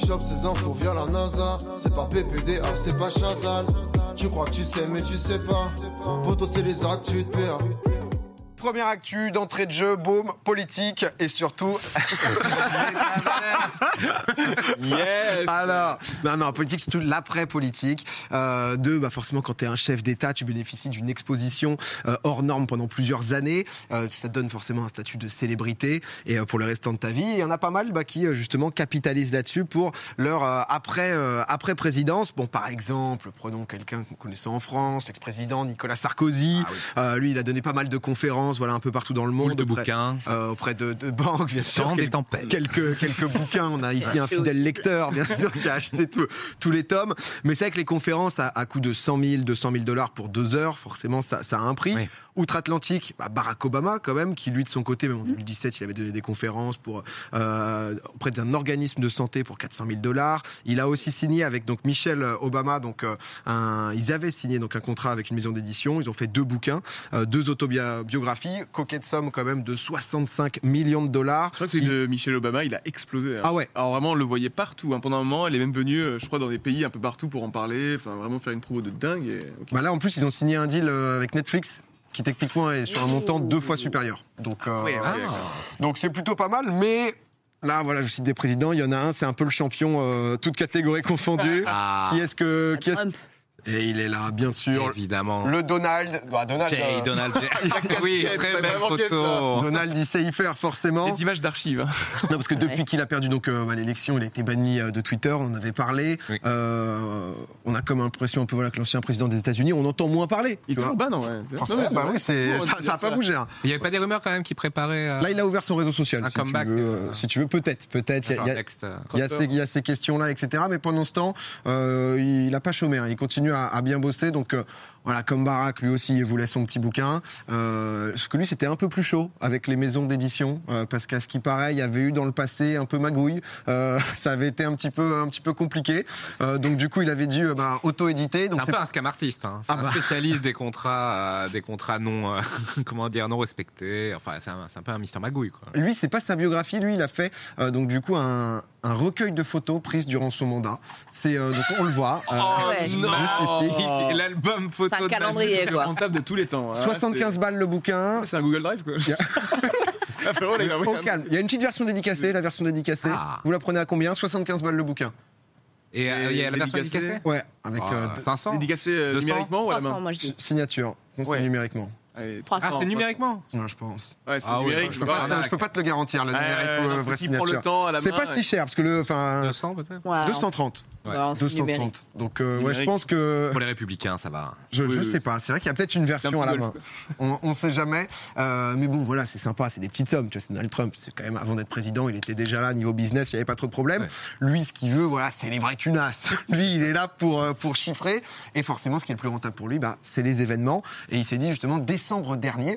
chope ces infos via la NASA. C'est pas PPDA, c'est pas Chazal. Tu crois que tu sais mais tu sais pas. Poto c'est les actus de PA. Première actu d'entrée de jeu, boum, politique et surtout. Yes. Alors, non, politique, c'est tout l'après-politique. Forcément, quand tu es un chef d'État, tu bénéficies d'une exposition hors norme pendant plusieurs années. Ça te donne forcément un statut de célébrité et pour le restant de ta vie. Il y en a pas mal qui, justement, capitalisent là-dessus pour leur après-présidence. Bon, par exemple, prenons quelqu'un qu'on connaissait en France, l'ex-président Nicolas Sarkozy. Lui, il a donné pas mal de conférences. Voilà, un peu partout dans le monde. Auprès de banques, bien sûr. Temps des tempêtes. Quelques bouquins. On a ici un fidèle lecteur, bien sûr, qui a acheté tous les tomes. Mais c'est vrai que les conférences, à coût de 100 000, 200 000 $ pour 2 heures, forcément, ça a un prix. Oui. Outre-Atlantique, Barack Obama, quand même, qui lui, de son côté, même en 2017, il avait donné des conférences auprès d'un organisme de santé pour 400 000 $. Il a aussi signé avec donc Michelle Obama, ils avaient signé donc un contrat avec une maison d'édition. Ils ont fait 2 bouquins, 2 autobiographies, coquette somme quand même de 65 millions $. Je crois que celui de Michelle Obama, il a explosé. Ah ouais. Alors vraiment, on le voyait partout. Pendant un moment, elle est même venue, je crois, dans des pays un peu partout pour en parler. Enfin, vraiment faire une promo de dingue. Okay. Là, en plus, ils ont signé un deal avec Netflix, qui techniquement est sur un montant 2 fois supérieur. Donc c'est plutôt pas mal, mais là, voilà, je cite des présidents, il y en a un, c'est un peu le champion, toutes catégories confondues. Qui est-ce que... Et il est là, bien sûr. Évidemment. Le Donald. Donald J. Oui, très belle photo. Donald, il sait y faire, forcément. Des images d'archives. Non, parce que depuis qu'il a perdu l'élection, il a été banni de Twitter, on en avait parlé. Oui. On a comme impression un peu que l'ancien président des États-Unis, on entend moins parler. Il est en bas, non, ouais. Oui, ça n'a pas bougé. Hein. Il n'y avait pas des rumeurs quand même qui préparaient. Là, il a ouvert son réseau social. Si tu veux, peut-être. Il y a ces questions-là, etc. Mais pendant ce temps, il n'a pas chômé. Il continue à bien bosser, donc comme Barack, lui aussi, il voulait son petit bouquin. Parce que lui, c'était un peu plus chaud avec les maisons d'édition, parce qu'à ce qui paraît, il y avait eu dans le passé un peu magouille. Ça avait été un petit peu compliqué. Donc du coup, il avait dû auto-éditer. Donc, c'est un peu un scam artiste. Hein. C'est un spécialiste des contrats non, non respectés. Enfin, c'est un peu un Mister Magouille, quoi. Lui, c'est pas sa biographie. Lui, il a fait donc du coup un recueil de photos prises durant son mandat. C'est donc on le voit juste ici. L'album photo. C'est un calendrier, quoi. Rentable de tous les temps. 75 balles le bouquin. C'est un Google Drive, quoi. Au calme. Il y a une petite version dédicacée. La version dédicacée, vous la prenez à combien ? 75 balles le bouquin. Et il y a la version dédicacée ? Ouais, avec 500. Dédicacé numériquement ou à la main ? 300, moi je dis. Signature, numériquement. Allez, 300. C'est numériquement ? Ouais, je pense. Ouais, c'est numérique. Je peux pas te le garantir, le numérique vraie signature. Le temps à la main, c'est pas si cher, parce que 200 peut-être ? 230. Ouais, 230. Donc, je pense que... Pour les Républicains, ça va. Je sais pas. C'est vrai qu'il y a peut-être une version à la main. On sait jamais. Mais bon, voilà, c'est sympa. C'est des petites sommes. Tu vois, c'est Donald Trump. C'est quand même, avant d'être président, il était déjà là, niveau business, il n'y avait pas trop de problèmes. Ouais. Lui, ce qu'il veut, c'est les vraies tunasses. Lui, il est là pour chiffrer. Et forcément, ce qui est le plus rentable pour lui, c'est les événements. Et il s'est dit, justement, décembre dernier,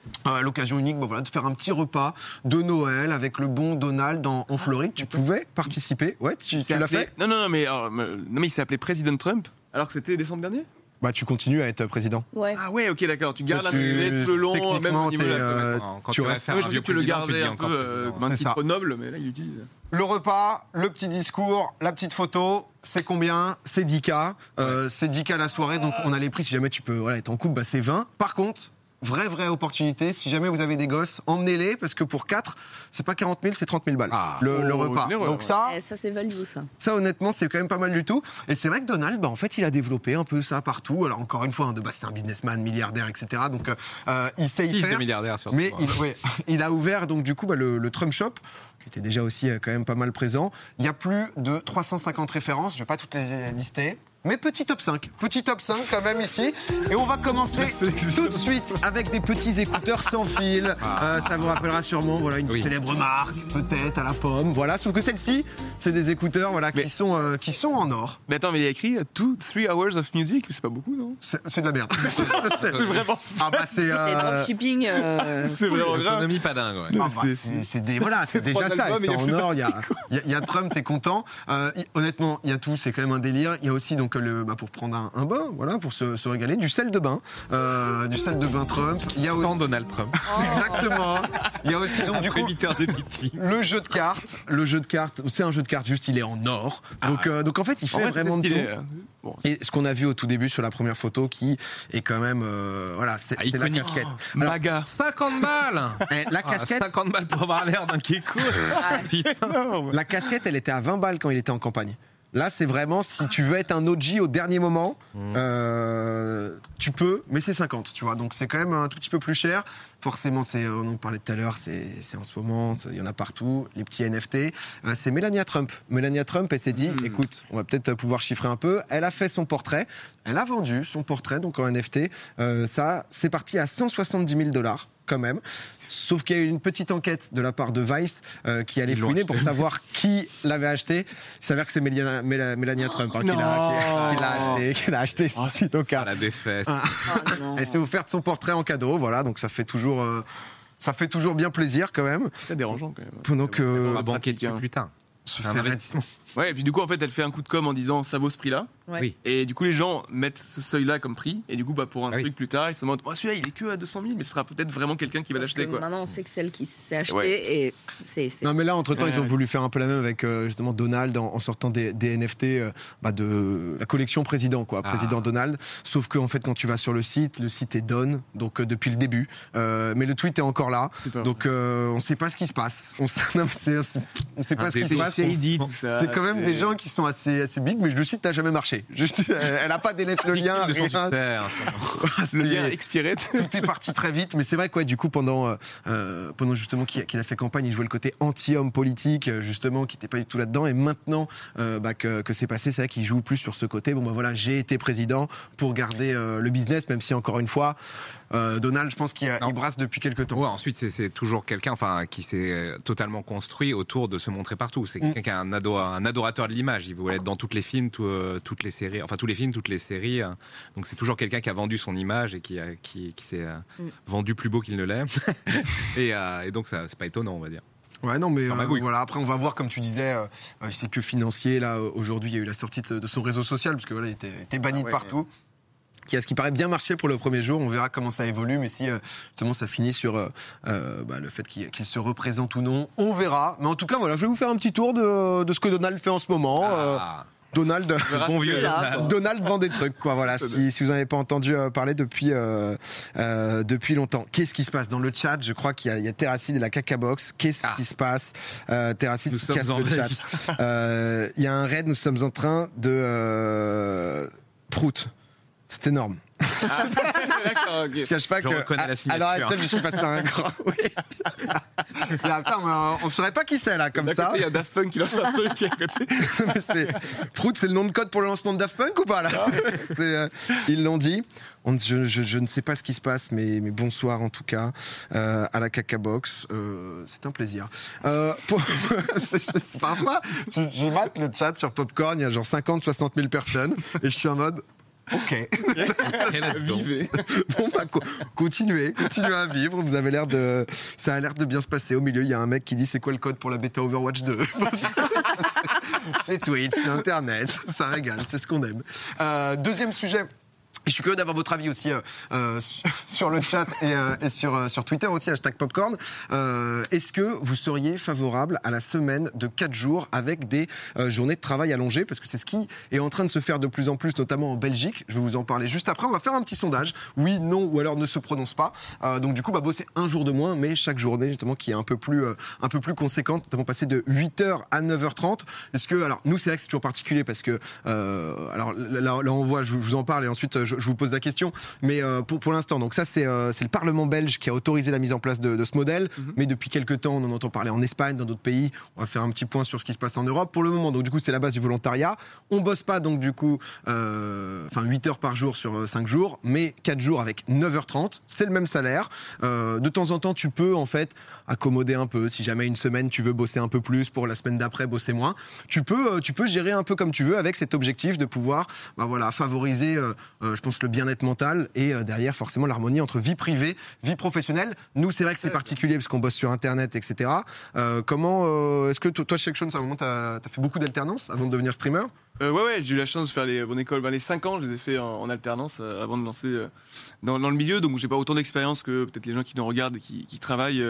à l'occasion unique de faire un petit repas de Noël avec le bon Donald en Floride. Tu pouvais participer. Ouais, tu l'as fait ? Non, mais il s'est appelé Président Trump alors que c'était décembre dernier ? Tu continues à être président. Ouais. Ah ouais, ok, d'accord. Tu gardes l'intitulé tout le long, même au niveau de la... tu restes. Je veux que tu le gardais un peu comme un titre noble, mais là, il l'utilise. Le repas, le petit discours, la petite photo, c'est combien ? C'est 10K. C'est 10K la soirée, donc on a les prix. Si jamais tu peux être en couple, c'est 20. Par contre... Vraie opportunité. Si jamais vous avez des gosses, emmenez-les, parce que pour 4, c'est pas 40 000, c'est 30 000 balles. Le repas. Généreux, donc ça c'est value, ça. Ça, honnêtement, c'est quand même pas mal du tout. Et c'est vrai que Donald, en fait, il a développé un peu ça partout. Alors, encore une fois, de base, c'est un businessman, milliardaire, etc. Donc, il sait y faire. Fils de milliardaire, surtout. Mais il a ouvert, donc, du coup, le Trump Shop, qui était déjà aussi quand même pas mal présent. Il y a plus de 350 références. Je vais pas toutes les lister. Mais petit top 5 quand même ici. Et on va commencer tout de suite avec des petits écouteurs sans fil. Ça vous rappellera sûrement une célèbre marque, peut-être à la pomme. Voilà, sauf que celle-ci, c'est des écouteurs qui sont en or. Mais attends, mais il y a écrit 2-3 hours of music, c'est pas beaucoup, non ? C'est de la merde. C'est vraiment... c'est dropshipping. C'est vraiment grave. Économie pas dingue, ouais. C'est déjà ça. C'est en or. Il y a Trump, t'es content. Honnêtement, il y a tout. C'est quand même un délire. Il y a aussi donc pour prendre un bain, voilà, pour se régaler, du sel de bain Trump. Il y a Sans aussi Donald Trump. exactement. Il y a aussi donc du coup le jeu de cartes. C'est un jeu de cartes, juste il est en or. Donc en fait, il fait vraiment de tout. Bon, Et ce qu'on a vu au tout début sur la première photo, qui est quand même, c'est la iconique. casquette. Maga. 50 balles. La casquette, 50 balles pour avoir l'air d'un Keko. Putain. la casquette, elle était à 20 balles quand il était en campagne. Là, c'est vraiment, si tu veux être un OG au dernier moment, tu peux, mais c'est 50, tu vois. Donc, c'est quand même un tout petit peu plus cher. Forcément, on en parlait tout à l'heure, c'est en ce moment, il y en a partout, les petits NFT. C'est Melania Trump. Melania Trump, elle s'est dit, écoute, on va peut-être pouvoir chiffrer un peu. Elle a fait son portrait. Elle a vendu son portrait, donc en NFT. Ça, c'est parti à $170,000. Quand même. Sauf qu'il y a eu une petite enquête de la part de Vice qui allait fouiner pour savoir qui l'avait acheté. Il s'avère que c'est Melania Trump qui l'a acheté. Donc, La défaite. elle s'est offerte son portrait en cadeau. Voilà, donc ça fait toujours bien plaisir quand même. C'est dérangeant quand même. Pendant On que va banquer dessus plus tard. se Un faire investissement. Ouais, et puis du coup, en fait, elle fait un coup de com' en disant ça vaut ce prix-là. Ouais. Oui. Et du coup, les gens mettent ce seuil-là comme prix. Et du coup, pour un Ah oui. truc plus tard, ils se demandent celui-là, il est que à 200 000, mais ce sera peut-être vraiment quelqu'un qui va Sauf l'acheter, que quoi. Maintenant, on sait que celle qui s'est achetée Ouais. et c'est. Non mais là entre-temps ils ont Ouais. voulu faire un peu la même avec justement Donald en sortant des NFT de la collection président quoi, président Donald, sauf que en fait quand tu vas sur le site est done donc depuis le début mais le tweet est encore là. C'est pas Donc on sait pas ce qui se passe. On sait pas ce qui se passe. C'est quand même des gens qui sont assez big mais le site n'a jamais marché. Juste elle a pas délai le lien, De son rien. succès, en ce moment. Le lien expiré. Tout est parti très vite, mais c'est vrai quoi. Du coup, pendant justement qu'il a fait campagne, il jouait le côté anti-homme politique, justement, qui n'était pas du tout là-dedans. Et maintenant que c'est passé, c'est vrai qu'il joue plus sur ce côté. Bon, voilà, j'ai été président pour garder le business, même si encore une fois, Donald, je pense qu'il brasse depuis quelques temps. Ouais, ensuite, c'est toujours quelqu'un qui s'est totalement construit autour de se montrer partout. C'est quelqu'un qui est un adorateur de l'image. Il voulait être dans tous les films, toutes les séries, enfin tous les films, toutes les séries. Donc c'est toujours quelqu'un qui a vendu son image et qui s'est vendu plus beau qu'il ne l'est. et donc ça, c'est pas étonnant, on va dire. Ouais, non, mais C'est un magouille. voilà. Après, on va voir, comme tu disais, c'est que financier. Là, aujourd'hui, il y a eu la sortie de son réseau social, parce que voilà, il était banni de partout. Qui a ce qui paraît bien marché pour le premier jour. On verra comment ça évolue, mais si justement ça finit sur le fait qu'il se représente ou non, on verra. Mais en tout cas, voilà, je vais vous faire un petit tour de ce que Donald fait en ce moment. Donald, Bon vieux. Donald vend des trucs, quoi. Voilà, si vous n'avez pas entendu parler depuis longtemps. Qu'est-ce qui se passe dans le chat? Je crois qu'il y a Terracide et la Cacabox. Qu'est-ce qui se passe? Terracide qui casse le chat. Il y a un raid. Nous sommes en train de Prout. C'est énorme. D'accord, ok. Je cache pas Je reconnais la signature. Alors actuelle, je suis passé à un grand. Oui. Mais attends, mais on saurait pas qui c'est là, comme D'à ça. côté, il y a Daft Punk qui lance un truc à côté. Prout, c'est le nom de code pour le lancement de Daft Punk ou pas là? Ils l'ont dit. Je ne sais pas ce qui se passe, mais bonsoir en tout cas à la Cacabox. C'est un plaisir. Parfois, je mate le chat sur Popcorn, il y a genre 50-60 000 personnes, et je suis en mode. Ok. Et let's go. Bon, continuez à vivre. Vous avez ça a l'air de bien se passer. Au milieu, il y a un mec qui dit c'est quoi le code pour la bêta Overwatch 2? C'est Twitch, c'est Internet, ça régale, c'est ce qu'on aime. Deuxième sujet. Et je suis curieux d'avoir votre avis aussi sur le chat et sur Twitter aussi, #Popcorn. Est-ce que vous seriez favorable à la semaine de 4 jours avec des journées de travail allongées? Parce que c'est ce qui est en train de se faire de plus en plus, notamment en Belgique. Je vais vous en parler juste après. On va faire un petit sondage. Oui, non, ou alors ne se prononce pas. Donc du coup, bosser un jour de moins, mais chaque journée, justement, qui est un peu plus conséquente. Notamment passer de 8h à 9h30. Est-ce que, alors, nous, c'est vrai que c'est toujours particulier parce que, alors là, on voit, je vous en parle et ensuite, je vous pose la question, mais pour l'instant, donc ça c'est le Parlement belge qui a autorisé la mise en place de ce modèle, mais depuis quelques temps on en entend parler en Espagne, dans d'autres pays. On va faire un petit point sur ce qui se passe en Europe pour le moment. Donc du coup c'est la base du volontariat. On bosse pas donc du coup 8 heures par jour sur 5 jours, mais 4 jours avec 9h30, c'est le même salaire. De temps en temps tu peux en fait accommoder un peu. Si jamais une semaine tu veux bosser un peu plus, pour la semaine d'après bosser moins, tu peux gérer un peu comme tu veux avec cet objectif de pouvoir favoriser je pense, le bien-être mental et derrière, forcément, l'harmonie entre vie privée, vie professionnelle. Nous, c'est vrai que c'est particulier parce qu'on bosse sur Internet, etc. Est-ce que toi, chez Action, à un moment, t'as fait beaucoup d'alternance avant de devenir streamer? Ouais, j'ai eu la chance de faire mon école. Les 5 ans, je les ai fait en alternance avant de me lancer dans le milieu. Donc, j'ai pas autant d'expérience que peut-être les gens qui nous regardent et qui travaillent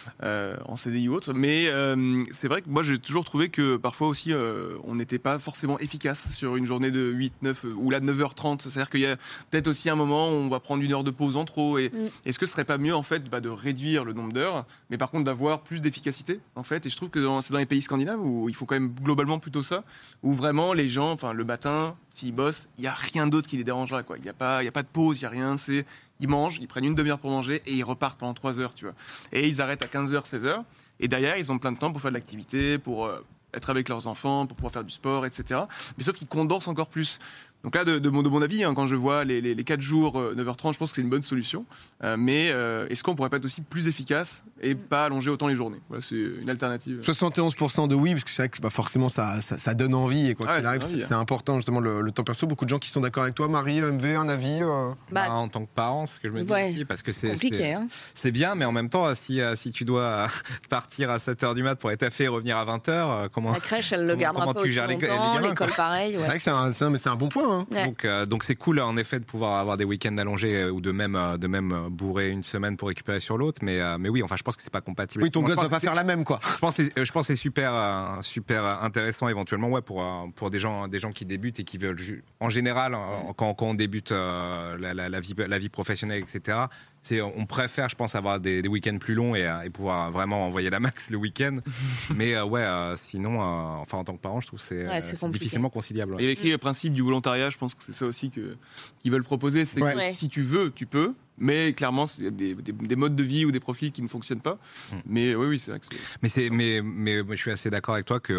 en CDI ou autre. Mais c'est vrai que moi, j'ai toujours trouvé que parfois aussi, on n'était pas forcément efficace sur une journée de 8, 9 ou là 9h30. C'est-à-dire qu'il y a peut-être aussi un moment où on va prendre 1 heure de pause en trop. Et est-ce que ce serait pas mieux, en fait, de réduire le nombre d'heures, mais par contre d'avoir plus d'efficacité, en fait? Et je trouve que c'est dans les pays scandinaves où il faut quand même globalement plutôt ça, où vraiment les gens, le matin, s'ils bossent, il n'y a rien d'autre qui les dérangera, quoi. Il y a pas de pause, il n'y a rien. Ils mangent, ils prennent une demi-heure pour manger et ils repartent pendant 3 heures, tu vois. Et ils arrêtent à 15h, 16h. Et derrière, ils ont plein de temps pour faire de l'activité, pour être avec leurs enfants, pour pouvoir faire du sport, etc. Mais sauf qu'ils condensent encore plus. Donc là, de mon avis, quand je vois les 4 jours, 9h30, je pense que c'est une bonne solution. Mais est-ce qu'on pourrait pas être aussi plus efficace et pas allonger autant les journées? Voilà, c'est une alternative. 71% de oui, parce que c'est vrai que forcément ça donne envie et quoi qu'il arrive, c'est important justement le temps perso. Beaucoup de gens qui sont d'accord avec toi. Marie, MV, un avis en tant que parent, ce que je me dis aussi, parce que c'est compliqué. C'est bien, mais en même temps, si tu dois partir à 7h du mat pour être taffé et revenir à 20h, comment la crèche, elle le gardera pas aussi longtemps, l'école pareil. C'est vrai que c'est un bon point. Donc c'est cool en effet de pouvoir avoir des week-ends allongés ou de même bourrer une semaine pour récupérer sur l'autre, mais oui, enfin je pense que c'est pas compatible. Oui, ton gosse va pas faire la même, quoi. Je pense que c'est super intéressant éventuellement pour des gens qui débutent et qui veulent en général quand on débute la vie professionnelle, etc. On préfère, je pense, avoir des week-ends plus longs et pouvoir vraiment envoyer la max le week-end. Mais sinon, en tant que parent, je trouve que c'est difficilement conciliable. Il y a écrit le principe du volontariat, je pense que c'est ça aussi qu'ils veulent proposer. C'est que si tu veux, tu peux. Mais clairement, il y a des modes de vie ou des profils qui ne fonctionnent pas. Mais oui, c'est vrai que c'est... Mais je suis assez d'accord avec toi que,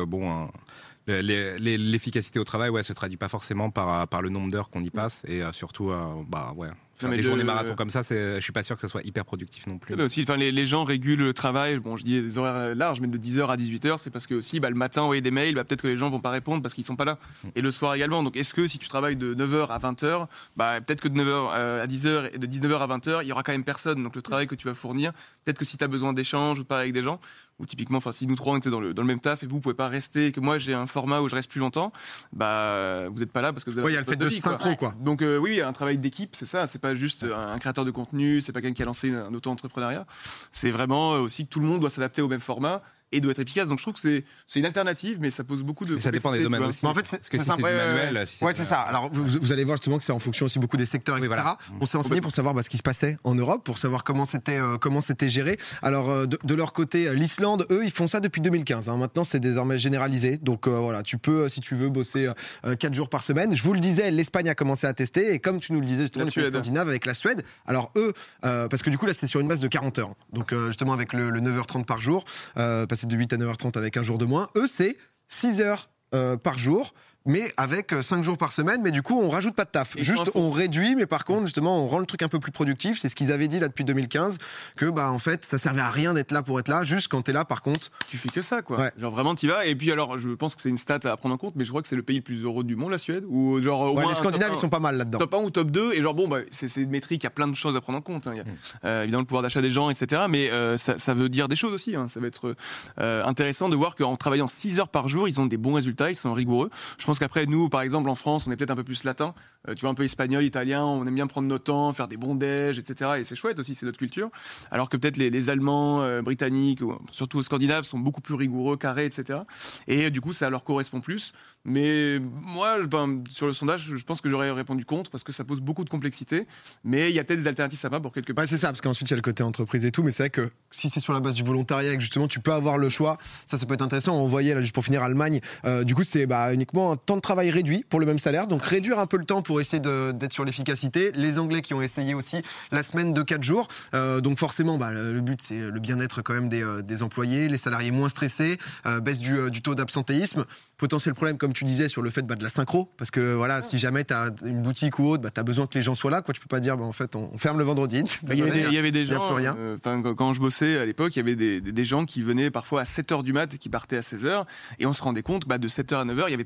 l'efficacité au travail, se traduit pas forcément par le nombre d'heures qu'on y passe. Et surtout, faire des journées marathon comme ça, je suis pas sûr que ça soit hyper productif non plus. Mais aussi, les gens régulent le travail. Bon, je dis des horaires larges, mais de 10h à 18h, c'est parce que aussi, le matin, envoyer des mails, peut-être que les gens vont pas répondre parce qu'ils sont pas là. Et le soir également. Donc, est-ce que si tu travailles de 9h à 20h, peut-être que de 9h à 10h et de 19h à 20h, il y aura quand même personne. Donc, le travail que tu vas fournir, peut-être que si tu as besoin d'échanges ou de parler avec des gens, ou typiquement, si nous trois on était dans le même taf et vous pouvez pas rester, que moi j'ai un format où je reste plus longtemps, vous êtes pas là parce que vous avez il y a le fait de synchro, quoi. Donc oui, un travail d'équipe, c'est ça. C'est pas juste un créateur de contenu, c'est pas quelqu'un qui a lancé un auto-entrepreneuriat. C'est vraiment aussi que tout le monde doit s'adapter au même format et doit être efficace. Donc je trouve que c'est une alternative, mais ça pose beaucoup de... Ça dépend des domaines aussi. Mais en fait, c'est ça. C'est ça. Alors vous allez voir justement que c'est en fonction aussi beaucoup des secteurs, etc. Voilà. On s'est renseigné pour savoir ce qui se passait en Europe, pour savoir comment c'était géré. Alors de leur côté, l'Islande, eux, ils font ça depuis 2015. Maintenant, c'est désormais généralisé. Donc voilà, tu peux, si tu veux, bosser 4 jours par semaine. Je vous le disais, l'Espagne a commencé à tester, et comme tu nous le disais justement, les pays scandinaves avec la Suède. Alors eux, parce que du coup là, c'est sur une base de 40 heures. Donc justement avec le 9h30 par jour, passer de 8 à 9h30 avec un jour de moins. Eux, c'est 6 heures par jour, mais avec 5 jours par semaine. Mais du coup, on rajoute pas de taf. Juste, on réduit, mais par contre, justement, on rend le truc un peu plus productif. C'est ce qu'ils avaient dit là depuis 2015, que en fait, ça servait à rien d'être là pour être là. Juste quand t'es là, par contre, tu fais que ça, quoi. Ouais. Genre vraiment, t'y vas. Et puis alors, je pense que c'est une stat à prendre en compte, mais je crois que c'est le pays le plus heureux du monde, la Suède. Ou genre au moins les Scandinaves, ils sont pas mal là-dedans. Top 1 ou top 2. Et genre c'est une métrique, il y a plein de choses à prendre en compte. Il y a évidemment le pouvoir d'achat des gens, etc. Mais ça veut dire des choses aussi. Ça va être intéressant de voir qu'en travaillant 6 heures par jour, ils ont des bons résultats, ils sont rigoureux. Je pense qu'après, nous, par exemple, en France, on est peut-être un peu plus latin, tu vois, un peu espagnol, italien, on aime bien prendre notre temps, faire des bons déj, etc. Et c'est chouette aussi, c'est notre culture. Alors que peut-être les Allemands, Britanniques, ou surtout aux Scandinaves, sont beaucoup plus rigoureux, carrés, etc. Et du coup, ça leur correspond plus. Mais moi, sur le sondage, je pense que j'aurais répondu contre parce que ça pose beaucoup de complexité. Mais il y a peut-être des alternatives sympas pour quelques personnes. C'est ça, parce qu'ensuite, il y a le côté entreprise et tout. Mais c'est vrai que si c'est sur la base du volontariat et que justement, tu peux avoir le choix, ça peut être intéressant. On voyait, là, juste pour finir, Allemagne, du coup, c'est uniquement un temps de travail réduit pour le même salaire. Donc, réduire un peu le temps pour essayer d'être sur l'efficacité. Les Anglais qui ont essayé aussi la semaine de 4 jours. Donc, forcément, le but, c'est le bien-être quand même des employés, les salariés moins stressés, baisse du taux d'absentéisme. Potentiel problème, comme tu disais, sur le fait de la synchro. Parce que voilà, si jamais tu as une boutique ou autre, tu as besoin que les gens soient là. Tu peux pas dire, en fait, on ferme le vendredi. Il y avait des gens, quand je bossais à l'époque, il y avait des gens qui venaient parfois à 7h du mat et qui partaient à 16h. Et on se rendait compte, de 7h à 9h, il y avait personne pour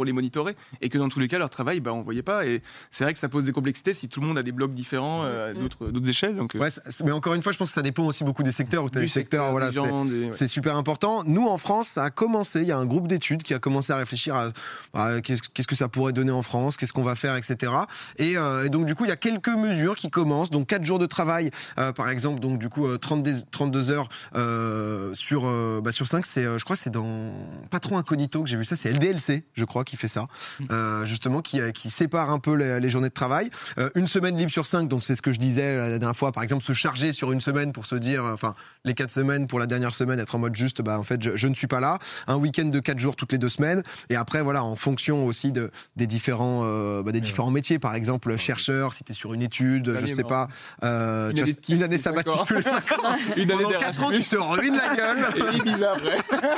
pour les monitorer, et que dans tous les cas, leur travail, on voyait pas. Et c'est vrai que ça pose des complexités si tout le monde a des blocs différents, d'autres échelles. Donc, mais encore une fois, je pense que ça dépend aussi beaucoup des secteurs. Où tu as des secteurs, voilà, c'est super important. Nous, en France, ça a commencé. Il y a un groupe d'études qui a commencé à réfléchir à qu'est-ce que ça pourrait donner en France, qu'est-ce qu'on va faire, etc. Et donc, du coup, il y a quelques mesures qui commencent. Donc, 4 jours de travail, par exemple. Donc, du coup, 32 heures sur 5. Je crois que c'est dans Patron Incognito que j'ai vu ça. C'est LDLC, je crois, qui fait ça. Justement, qui sépare un peu les journées de travail. Une semaine libre sur 5, donc c'est ce que je disais la dernière fois. Par exemple, se charger sur une semaine pour se dire, les 4 semaines pour la dernière semaine, être en mode juste, en fait, je ne suis pas là. Un week-end de 4 jours toutes les 2 semaines. Et après, voilà, en fonction aussi des différents métiers. Par exemple, chercheur, si tu es sur une étude, je sais pas, une année sabbatique tous les 5 ans. Pendant 4 ans, tu te ruines la gueule. Et Ibiza après.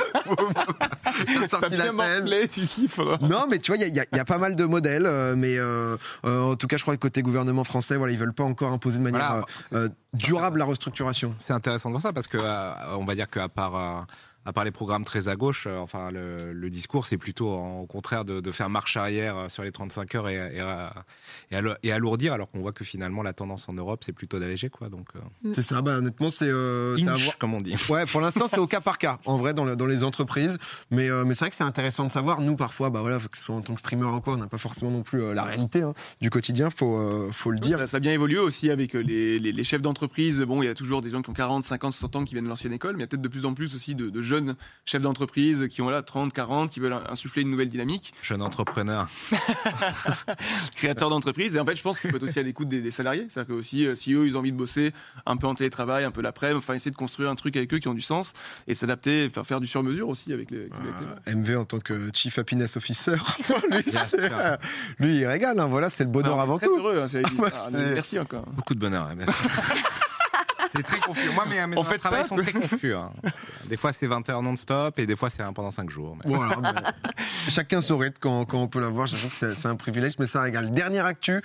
T'as sorti la thèse. Tu kiffes. Non, mais tu vois, il y a pas mal de modèles, mais en tout cas, je crois que côté gouvernement français, voilà, ils veulent pas encore imposer de manière durable la restructuration. C'est intéressant de voir ça parce que on va dire qu'à part les programmes très à gauche, le discours, c'est plutôt au contraire de faire marche arrière sur les 35 heures et alourdir, alors qu'on voit que finalement la tendance en Europe, c'est plutôt d'alléger, quoi. Donc, c'est ça, honnêtement, c'est comme on dit. Ouais, pour l'instant, c'est au cas par cas, en vrai, dans les entreprises. Mais c'est vrai que c'est intéressant de savoir. Nous, parfois, que ce soit en tant que streamer ou quoi, on n'a pas forcément non plus la réalité du quotidien, faut le dire. Ça a bien évolué aussi avec les chefs d'entreprise. Bon, il y a toujours des gens qui ont 40, 50, 60 ans qui viennent de l'ancienne école, mais il y a peut-être de plus en plus aussi de jeunes chefs d'entreprise qui ont 30, 40, qui veulent insuffler une nouvelle dynamique. Jeune entrepreneur. Créateur d'entreprise. Et en fait, je pense qu'il faut être aussi à l'écoute des salariés. C'est-à-dire que aussi, si eux, ils ont envie de bosser un peu en télétravail, un peu l'après-midi, essayer de construire un truc avec eux qui ont du sens et s'adapter, faire du sur-mesure aussi avec les MV en tant que Chief Happiness Officer. lui, il régale. Voilà, c'est le bonheur avant tout. Heureux, merci encore. Beaucoup de bonheur. Merci. C'est très confus. Moi, mes travails sont très confus. Des fois, c'est 20 heures non-stop et des fois, c'est pendant 5 jours. Mais... Voilà, chacun son rythme quand on peut l'avoir. J'avoue que c'est un privilège, mais ça régale. Dernière actu,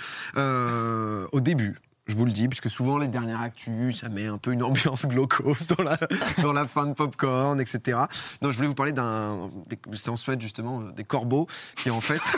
au début. Je vous le dis, puisque souvent les dernières actus, ça met un peu une ambiance glaucose dans la fin de Popcorn, etc. Non, je voulais vous parler c'est en Suède justement, des corbeaux qui en fait...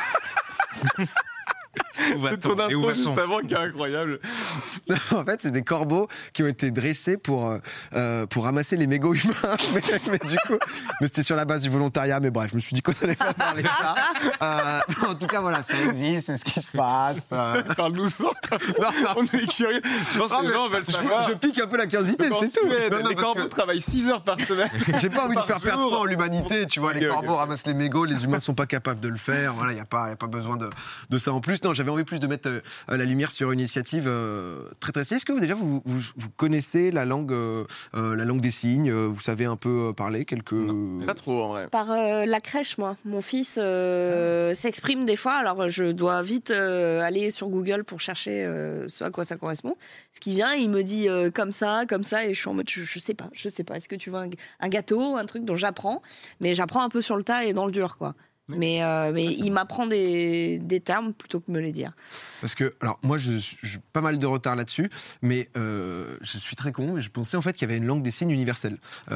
C'est ton intro juste avant qui est incroyable. En fait, c'est des corbeaux qui ont été dressés pour ramasser les mégots humains. mais c'était sur la base du volontariat. Mais bref, je me suis dit qu'on allait pas parler de ça. En tout cas, voilà, ça existe, c'est ce qui se passe. Parle-nous ça. On est curieux. Je pense que les gens veulent savoir. Je pique un peu la curiosité, c'est tout. Les corbeaux travaillent 6 heures par semaine. J'ai pas envie de faire perdre temps à l'humanité. Tu vois, les corbeaux ramassent les mégots, les humains sont pas capables de le faire. Voilà, il y a pas besoin de ça en plus. Non, j'avais envie plus de mettre la lumière sur une initiative très très. Est-ce que vous connaissez la langue des signes, vous savez un peu parler quelques. Non, pas trop en vrai. Par la crèche, moi. Mon fils s'exprime des fois, alors je dois vite aller sur Google pour chercher ce à quoi ça correspond. Ce qui vient, il me dit comme ça, et je suis en mode je sais pas. Est-ce que tu veux un gâteau, un truc dont j'apprends, mais j'apprends un peu sur le tas et dans le dur, quoi. Mais il m'apprend des termes plutôt que de me les dire. Parce que, alors moi, j'ai pas mal de retard là-dessus, mais je suis très con, et je pensais en fait qu'il y avait une langue des signes universelle.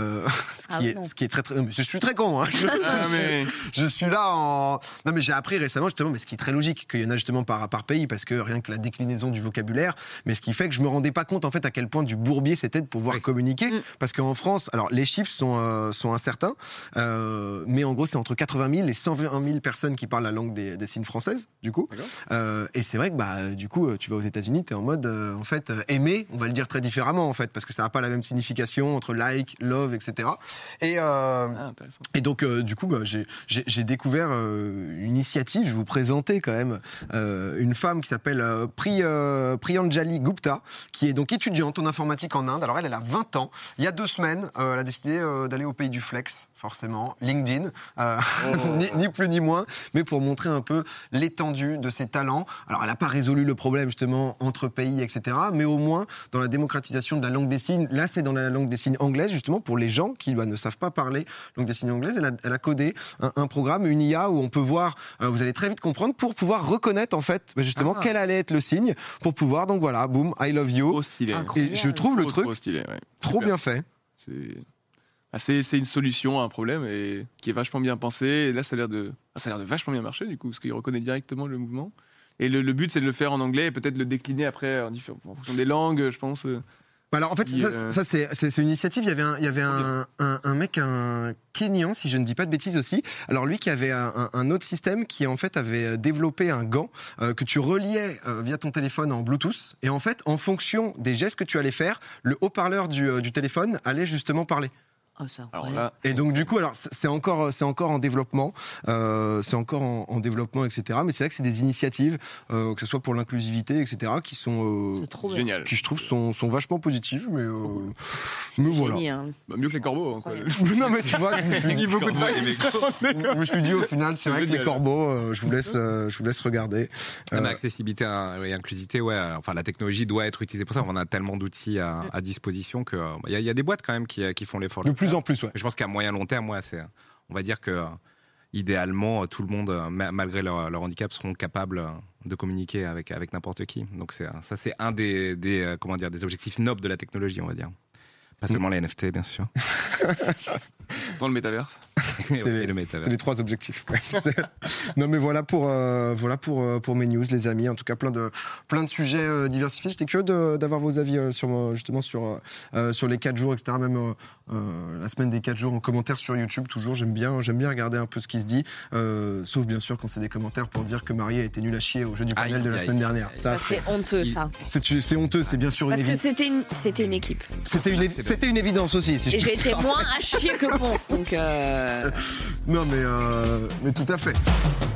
Ce qui est très très... Je suis très con, hein. Je suis là en... Non, mais j'ai appris récemment justement, mais ce qui est très logique, qu'il y en a justement par pays, parce que rien que la déclinaison du vocabulaire, mais ce qui fait que je me rendais pas compte en fait à quel point du bourbier c'était de pouvoir communiquer, parce qu'en France, alors les chiffres sont incertains, mais en gros c'est entre 80 000 et 120 000 personnes qui parlent la langue des signes françaises, du coup. Et c'est vrai que du coup, tu vas aux États-Unis, t'es en mode, en fait, aimer, on va le dire très différemment, en fait, parce que ça n'a pas la même signification entre like, love, etc. Et donc, du coup, j'ai découvert une initiative. Je vais vous présenter quand même une femme qui s'appelle Priyanjali Gupta, qui est donc étudiante en informatique en Inde. Alors, elle a 20 ans. Il y a 2 semaines, elle a décidé d'aller au pays du flex, forcément, LinkedIn, ni plus ni moins, mais pour montrer un peu l'étendue de ses talents. Alors, elle n'a pas résolu le problème, justement, entre pays, etc., mais au moins, dans la démocratisation de la langue des signes, là, c'est dans la langue des signes anglaise, justement, pour les gens qui ne savent pas parler langue des signes anglaise. Elle a codé un programme, une IA, où on peut voir, vous allez très vite comprendre, pour pouvoir reconnaître, en fait, justement, quel allait être le signe, pour pouvoir, donc voilà, boum, I love you. Trop stylé. Et je trouve le truc trop stylé, trop bien fait. c'est une solution à un problème et qui est vachement bien pensée. Et là, ça a l'air de vachement bien marcher du coup, parce qu'il reconnaît directement le mouvement. Et le but, c'est de le faire en anglais et peut-être le décliner après en fonction des langues, je pense. Alors en fait, ça c'est une initiative. Il y avait un mec, un Kenyan, si je ne dis pas de bêtises aussi. Alors lui qui avait un autre système qui en fait avait développé un gant que tu reliais via ton téléphone en Bluetooth. Et en fait, en fonction des gestes que tu allais faire, le haut-parleur du téléphone allait justement parler. Oh, c'est Alors là, Et donc du coup, alors c'est encore en développement, c'est encore en développement, etc. Mais c'est vrai que c'est des initiatives, que ce soit pour l'inclusivité, etc., qui sont c'est trop bien. génial. qui je trouve sont vachement positives, mais voilà. Génie, hein. Bah, mieux que les corbeaux. Hein, quoi. Non mais tu vois, je me dis beaucoup de je me suis dit au final, c'est vrai que les Génial. corbeaux, je vous laisse regarder. Mais accessibilité et inclusivité, enfin la technologie doit être utilisée pour ça. On a tellement d'outils à disposition que il y a des boîtes quand même qui font l'effort. De plus en plus, ouais. Je pense qu'à moyen long terme, on va dire que idéalement tout le monde, malgré leur handicap, seront capables de communiquer avec n'importe qui. Donc ça c'est un des objectifs nobles de la technologie, on va dire. Pas seulement les NFT, bien sûr. Dans le métaverse. Et le métavers. C'est les 3 objectifs. Quand même. Non mais voilà pour mes news, les amis. En tout cas, plein de sujets diversifiés. J'étais curieux d'avoir vos avis sur les 4 jours, etc. Même la semaine des 4 jours en commentaire sur YouTube. Toujours, j'aime bien regarder un peu ce qui se dit. Sauf bien sûr quand c'est des commentaires pour dire que Marie a été nulle à chier au jeu du panel de la semaine dernière. Ça, c'est honteux, ça. C'est honteux, c'est bien sûr une Parce que évidence. c'était une équipe. C'était une évidence aussi. Si Et je j'ai puis été dire. moins à chier que Ponce, donc. Non mais tout à fait.